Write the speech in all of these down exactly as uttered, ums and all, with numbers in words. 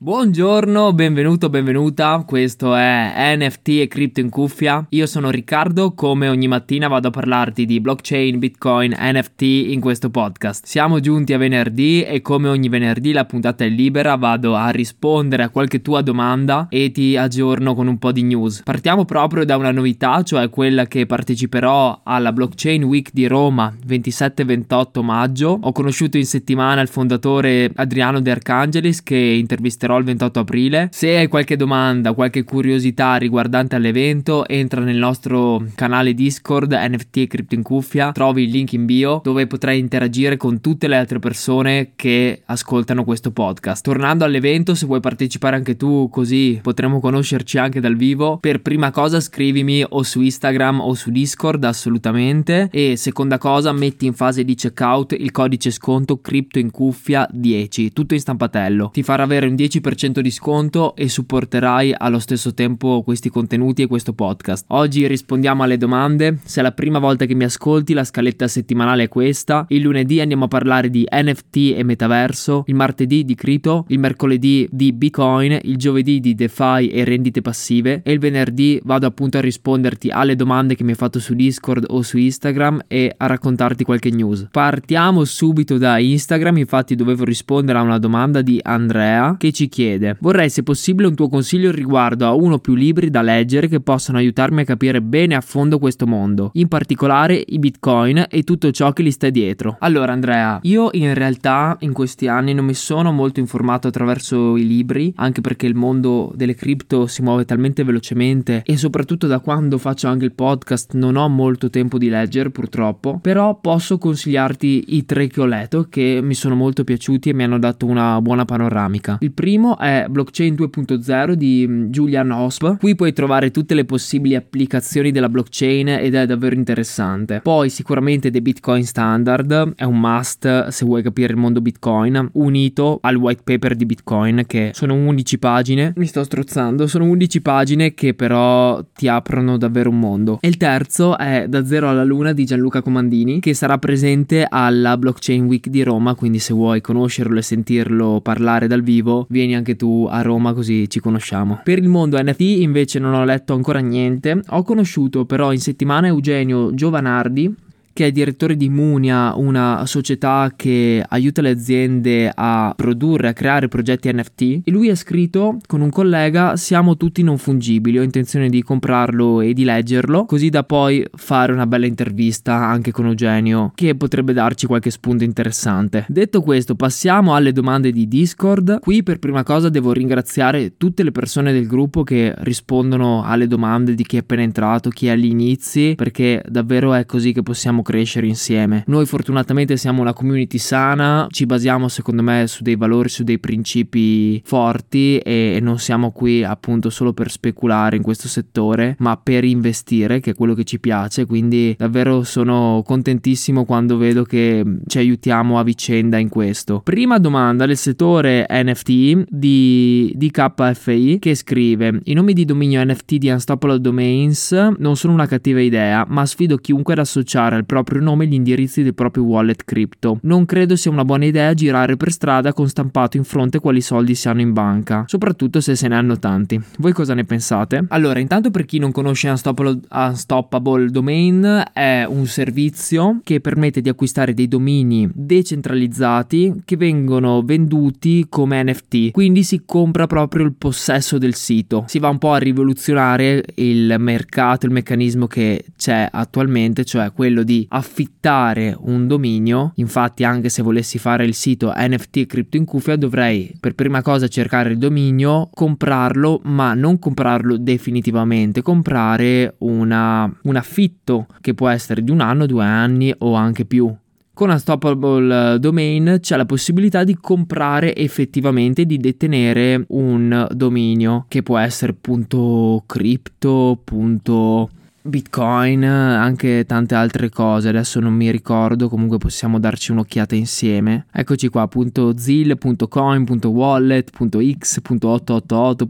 Buongiorno, benvenuto, benvenuta, questo è N F T e Cripto in Cuffia. Io sono Riccardo, come ogni mattina vado a parlarti di blockchain, bitcoin, N F T in questo podcast. Siamo giunti a venerdì e come ogni venerdì la puntata è libera, vado a rispondere a qualche tua domanda e ti aggiorno con un po' di news. Partiamo proprio da una novità, cioè quella che parteciperò alla Blockchain Week di Roma ventisette ventotto maggio. Ho conosciuto in settimana il fondatore Adriano De Archangelis, che intervisterò il ventotto aprile. Se hai qualche domanda, qualche curiosità riguardante all'evento, entra nel nostro canale Discord N F T e Cripto in Cuffia, trovi il link in bio dove potrai interagire con tutte le altre persone che ascoltano questo podcast. Tornando all'evento, se vuoi partecipare anche tu, così potremo conoscerci anche dal vivo, per prima cosa scrivimi o su Instagram o su Discord assolutamente, e seconda cosa metti in fase di checkout il codice sconto Cripto in Cuffia dieci, tutto in stampatello, ti farà avere un dieci per cento di sconto e supporterai allo stesso tempo questi contenuti e questo podcast. Oggi rispondiamo alle domande. Se è la prima volta che mi ascolti, la scaletta settimanale è questa: il lunedì andiamo a parlare di N F T e metaverso, il martedì di cripto, il mercoledì di bitcoin, il giovedì di DeFi e rendite passive, e il venerdì vado appunto a risponderti alle domande che mi hai fatto su Discord o su Instagram e a raccontarti qualche news. Partiamo subito da Instagram. Infatti dovevo rispondere a una domanda di Andrea che ci chiede: vorrei se possibile un tuo consiglio riguardo a uno o più libri da leggere che possano aiutarmi a capire bene a fondo questo mondo, in particolare i bitcoin e tutto ciò che li sta dietro. Allora Andrea, io in realtà in questi anni non mi sono molto informato attraverso i libri, anche perché il mondo delle cripto si muove talmente velocemente e soprattutto da quando faccio anche il podcast non ho molto tempo di leggere purtroppo, però posso consigliarti i tre che ho letto che mi sono molto piaciuti e mi hanno dato una buona panoramica. Il primo è Blockchain due punto zero di Julian Hosp. Qui puoi trovare tutte le possibili applicazioni della blockchain ed è davvero interessante. Poi sicuramente The Bitcoin Standard è un must se vuoi capire il mondo Bitcoin, unito al white paper di Bitcoin, che sono undici pagine, mi sto strozzando, sono undici pagine che però ti aprono davvero un mondo. E il terzo è Da Zero alla Luna di Gianluca Comandini, che sarà presente alla Blockchain Week di Roma, quindi se vuoi conoscerlo e sentirlo parlare dal vivo, vieni anche tu a Roma così ci conosciamo. Per il mondo N F T invece non ho letto ancora niente. Ho conosciuto però in settimana Eugenio Giovanardi, che è direttore di Munia, una società che aiuta le aziende a produrre, a creare progetti N F T, e lui ha scritto con un collega: siamo tutti non fungibili, ho intenzione di comprarlo e di leggerlo, così da poi fare una bella intervista anche con Eugenio che potrebbe darci qualche spunto interessante. Detto questo, passiamo alle domande di Discord. Qui per prima cosa devo ringraziare tutte le persone del gruppo che rispondono alle domande di chi è appena entrato, chi è agli inizi, perché davvero è così che possiamo crescere insieme. Noi fortunatamente siamo una community sana, ci basiamo secondo me su dei valori, su dei principi forti e non siamo qui appunto solo per speculare in questo settore, ma per investire, che è quello che ci piace. Quindi davvero sono contentissimo quando vedo che ci aiutiamo a vicenda in questo. Prima domanda del settore N F T di D K F I, che scrive: i nomi di dominio N F T di Unstoppable Domains non sono una cattiva idea, ma sfido chiunque ad associare al proprio nome gli indirizzi del proprio wallet cripto. Non credo sia una buona idea girare per strada con stampato in fronte quali soldi si hanno in banca, soprattutto se se ne hanno tanti. Voi cosa ne pensate? Allora, intanto, per chi non conosce Unstoppable, Unstoppable Domain, è un servizio che permette di acquistare dei domini decentralizzati che vengono venduti come N F T, quindi si compra proprio il possesso del sito. Si va un po' a rivoluzionare il mercato, il meccanismo che c'è attualmente, cioè quello di affittare un dominio. Infatti, anche se volessi fare il sito N F T Cripto in Cuffia, dovrei per prima cosa cercare il dominio, comprarlo, ma non comprarlo definitivamente, comprare una, un affitto che può essere di un anno, due anni o anche più. Con Unstoppable Domain c'è la possibilità di comprare effettivamente, di detenere un dominio che può essere punto .crypto, punto Bitcoin, anche tante altre cose, adesso non mi ricordo, comunque possiamo darci un'occhiata insieme. Eccoci qua, .zil, .coin, .wallet, .x, .ottocentottantotto,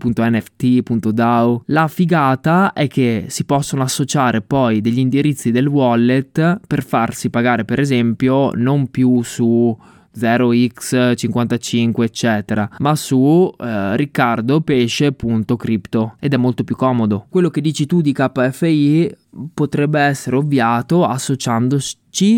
.nft, .dao. La figata è che si possono associare poi degli indirizzi del wallet per farsi pagare, per esempio, non più su zero x cinquantacinque eccetera, ma su eh, riccardopesce punto crypto, ed è molto più comodo. Quello che dici tu di K F I potrebbe essere ovviato associandoci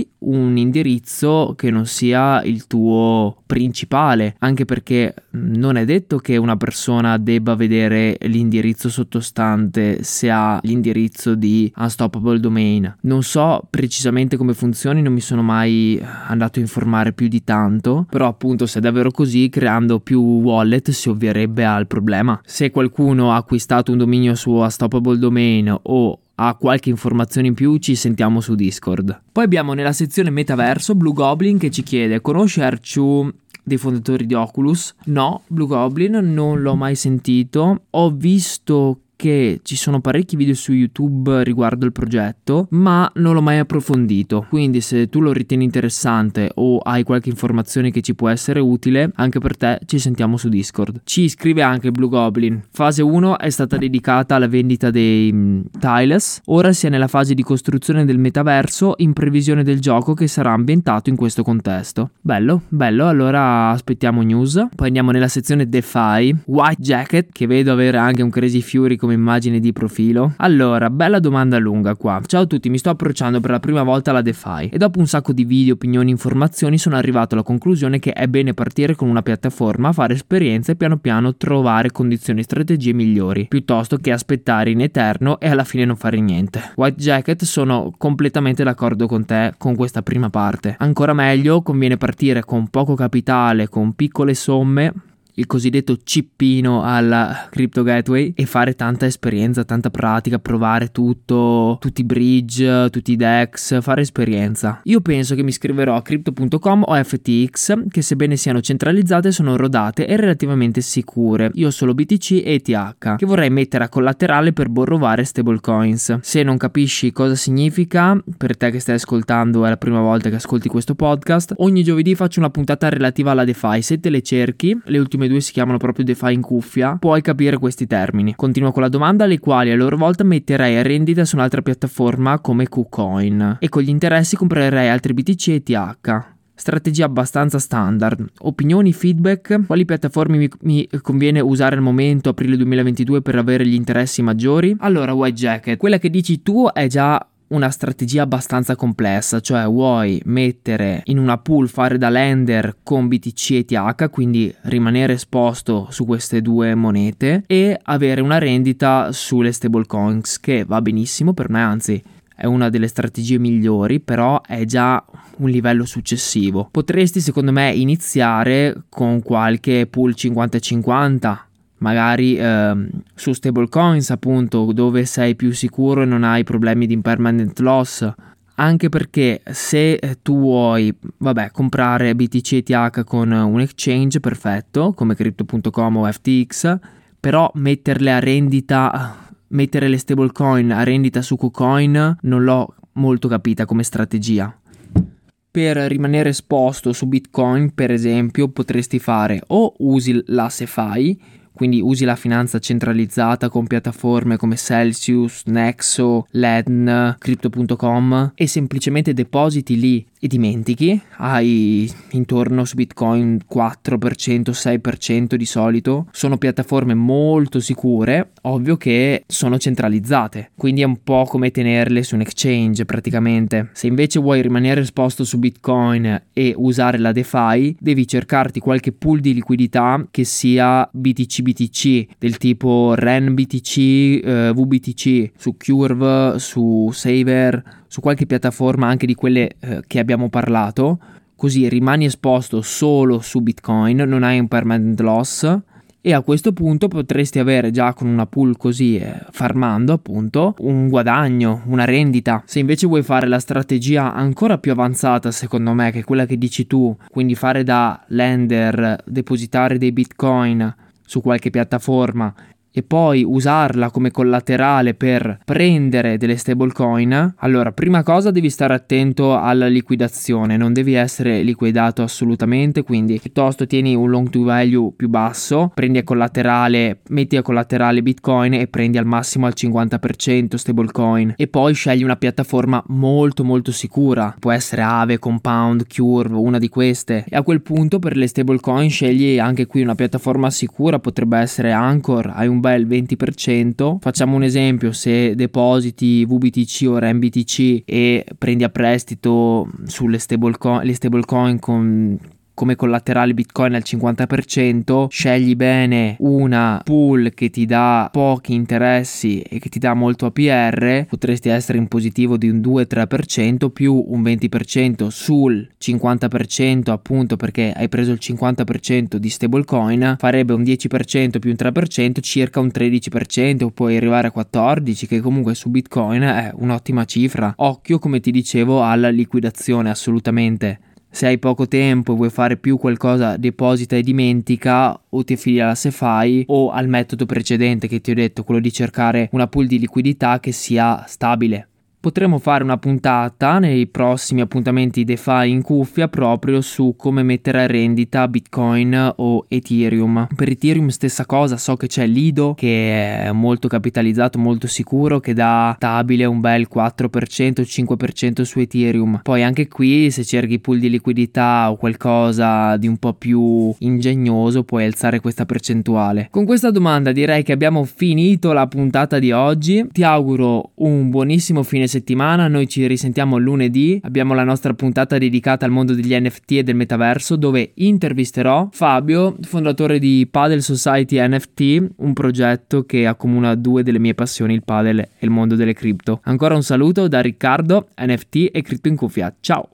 un indirizzo che non sia il tuo principale, anche perché non è detto che una persona debba vedere l'indirizzo sottostante se ha l'indirizzo di Unstoppable Domain. Non so precisamente come funzioni, non mi sono mai andato a informare più di tanto, però appunto se è davvero così, creando più wallet si ovvierebbe al problema. Se qualcuno ha acquistato un dominio su Unstoppable Domain o ha qualche informazione in più, ci sentiamo su Discord. Poi abbiamo nella sezione metaverso Blue Goblin che ci chiede: conosci Archu, dei fondatori di Oculus? No, Blue Goblin non l'ho mai sentito. Ho visto che ci sono parecchi video su YouTube riguardo il progetto, ma non l'ho mai approfondito. Quindi se tu lo ritieni interessante o hai qualche informazione che ci può essere utile anche per te, ci sentiamo su Discord. Ci scrive anche Blue Goblin: fase uno è stata dedicata alla vendita dei um, Tiles, ora si è nella fase di costruzione del metaverso in previsione del gioco che sarà ambientato in questo contesto. Bello, bello, allora aspettiamo news. Poi andiamo nella sezione DeFi. White Jacket, che vedo avere anche un Crazy Fury come immagine di profilo. Allora, bella domanda lunga qua. Ciao a tutti, mi sto approcciando per la prima volta alla DeFi e dopo un sacco di video, opinioni, informazioni sono arrivato alla conclusione che è bene partire con una piattaforma, fare esperienza e piano piano trovare condizioni e strategie migliori, piuttosto che aspettare in eterno e alla fine non fare niente. White Jacket, sono completamente d'accordo con te con questa prima parte. Ancora meglio, conviene partire con poco capitale, con piccole somme, il cosiddetto cippino alla Crypto Gateway, e fare tanta esperienza, tanta pratica, provare tutto, tutti i bridge, tutti i DEX, fare esperienza. Io penso che mi iscriverò a crypto punto com o F T X, che sebbene siano centralizzate sono rodate e relativamente sicure. Io ho solo B T C e E T H che vorrei mettere a collaterale per borrovare stablecoins. Se non capisci cosa significa, per te che stai ascoltando è la prima volta che ascolti questo podcast, ogni giovedì faccio una puntata relativa alla DeFi. Se te le cerchi, le ultime due si chiamano proprio DeFi in cuffia, puoi capire questi termini. Continuo con la domanda, le quali a loro volta metterei a rendita su un'altra piattaforma come KuCoin e con gli interessi comprerei altri B T C e E T H. Strategia abbastanza standard. Opinioni, feedback, quali piattaforme mi, mi conviene usare al momento, aprile duemilaventidue, per avere gli interessi maggiori? Allora, White Jacket, quella che dici tu è già una strategia abbastanza complessa, cioè vuoi mettere in una pool, fare da lender con B T C e E T H, quindi rimanere esposto su queste due monete e avere una rendita sulle stablecoins, che va benissimo per me, anzi è una delle strategie migliori, però è già un livello successivo. Potresti secondo me iniziare con qualche pool cinquanta cinquanta, magari ehm, su stablecoins, appunto, dove sei più sicuro e non hai problemi di impermanent loss. Anche perché se tu vuoi, vabbè, comprare B T C e E T H con un exchange, perfetto, come crypto punto com o F T X, però metterle a rendita, mettere le stablecoin a rendita su KuCoin non l'ho molto capita come strategia. Per rimanere esposto su Bitcoin, per esempio, potresti fare o usi la S E F I, quindi usi la finanza centralizzata con piattaforme come Celsius, Nexo, L E N, crypto punto com, e semplicemente depositi lì e dimentichi. Hai intorno su Bitcoin quattro per cento, sei per cento di solito. Sono piattaforme molto sicure, ovvio che sono centralizzate, quindi è un po' come tenerle su un exchange praticamente. Se invece vuoi rimanere esposto su Bitcoin e usare la DeFi, devi cercarti qualche pool di liquidità che sia B T C B T C, del tipo R E N B T C, eh, V B T C, su Curve, su Saver, su qualche piattaforma anche di quelle eh, che abbiamo parlato, così rimani esposto solo su Bitcoin, non hai un permanent loss, e a questo punto potresti avere già con una pool così, eh, farmando appunto, un guadagno, una rendita. Se invece vuoi fare la strategia ancora più avanzata, secondo me, che è quella che dici tu, quindi fare da lender, depositare dei Bitcoin su qualche piattaforma e poi usarla come collaterale per prendere delle stablecoin, allora prima cosa devi stare attento alla liquidazione, non devi essere liquidato assolutamente, quindi piuttosto tieni un loan to value più basso, prendi a collaterale, metti a collaterale Bitcoin e prendi al massimo al cinquanta per cento stablecoin, e poi scegli una piattaforma molto molto sicura, può essere Aave, Compound, Curve, una di queste, e a quel punto per le stablecoin scegli anche qui una piattaforma sicura, potrebbe essere Anchor, hai un bel venti per cento. Facciamo un esempio: se depositi V B T C o R M B T C e prendi a prestito sulle stablecoin, le stablecoin con come collaterale Bitcoin al cinquanta per cento, scegli bene una pool che ti dà pochi interessi e che ti dà molto A P R, potresti essere in positivo di un due tre per cento più un venti per cento sul cinquanta per cento, appunto perché hai preso il cinquanta per cento di stablecoin, farebbe un dieci per cento più un tre per cento, circa un tredici per cento, puoi arrivare a quattordici, che comunque su Bitcoin è un'ottima cifra. Occhio, come ti dicevo, alla liquidazione, assolutamente. Se hai poco tempo e vuoi fare più qualcosa deposita e dimentica, o ti affidi alla SeFi o al metodo precedente che ti ho detto, quello di cercare una pool di liquidità che sia stabile. Potremmo fare una puntata nei prossimi appuntamenti DeFi in cuffia proprio su come mettere a rendita Bitcoin o Ethereum. Per Ethereum stessa cosa, so che c'è Lido che è molto capitalizzato, molto sicuro, che dà stabile un bel quattro per cento, cinque per cento su Ethereum. Poi anche qui, se cerchi pool di liquidità o qualcosa di un po' più ingegnoso, puoi alzare questa percentuale. Con questa domanda direi che abbiamo finito la puntata di oggi. Ti auguro un buonissimo fine settimana, noi ci risentiamo lunedì, abbiamo la nostra puntata dedicata al mondo degli N F T e del metaverso, dove intervisterò Fabio, fondatore di Padel Society N F T, un progetto che accomuna due delle mie passioni, il padel e il mondo delle cripto. Ancora un saluto da Riccardo, N F T e Cripto in cuffia, ciao!